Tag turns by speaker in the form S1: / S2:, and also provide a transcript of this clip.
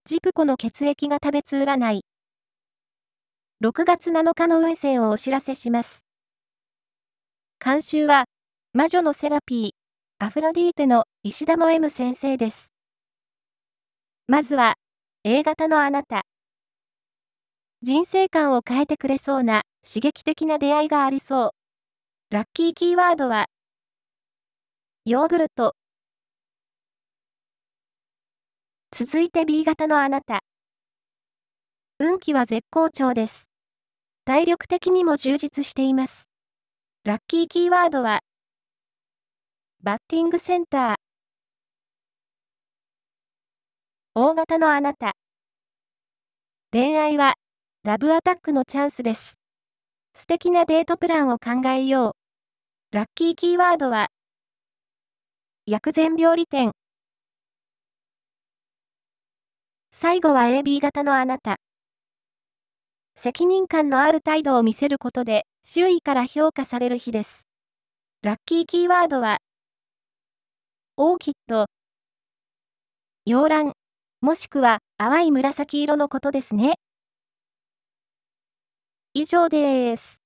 S1: ジプコの血液が食べつ占い。6月7日の運勢をお知らせします。監修は、魔女のセラピー、アフロディーテの石田も M 先生です。まずは、A 型のあなた。人生観を変えてくれそうな刺激的な出会いがありそう。ラッキーキーワードは、ヨーグルト。続いて B 型のあなた。運気は絶好調です。体力的にも充実しています。ラッキーキーワードは、バッティングセンター。大型のあなた。恋愛は、ラブアタックのチャンスです。素敵なデートプランを考えよう。ラッキーキーワードは、薬膳料理店。最後は AB 型のあなた。責任感のある態度を見せることで、周囲から評価される日です。ラッキーキーワードは、オーキッド。洋蘭、もしくは淡い紫色のことですね。以上です。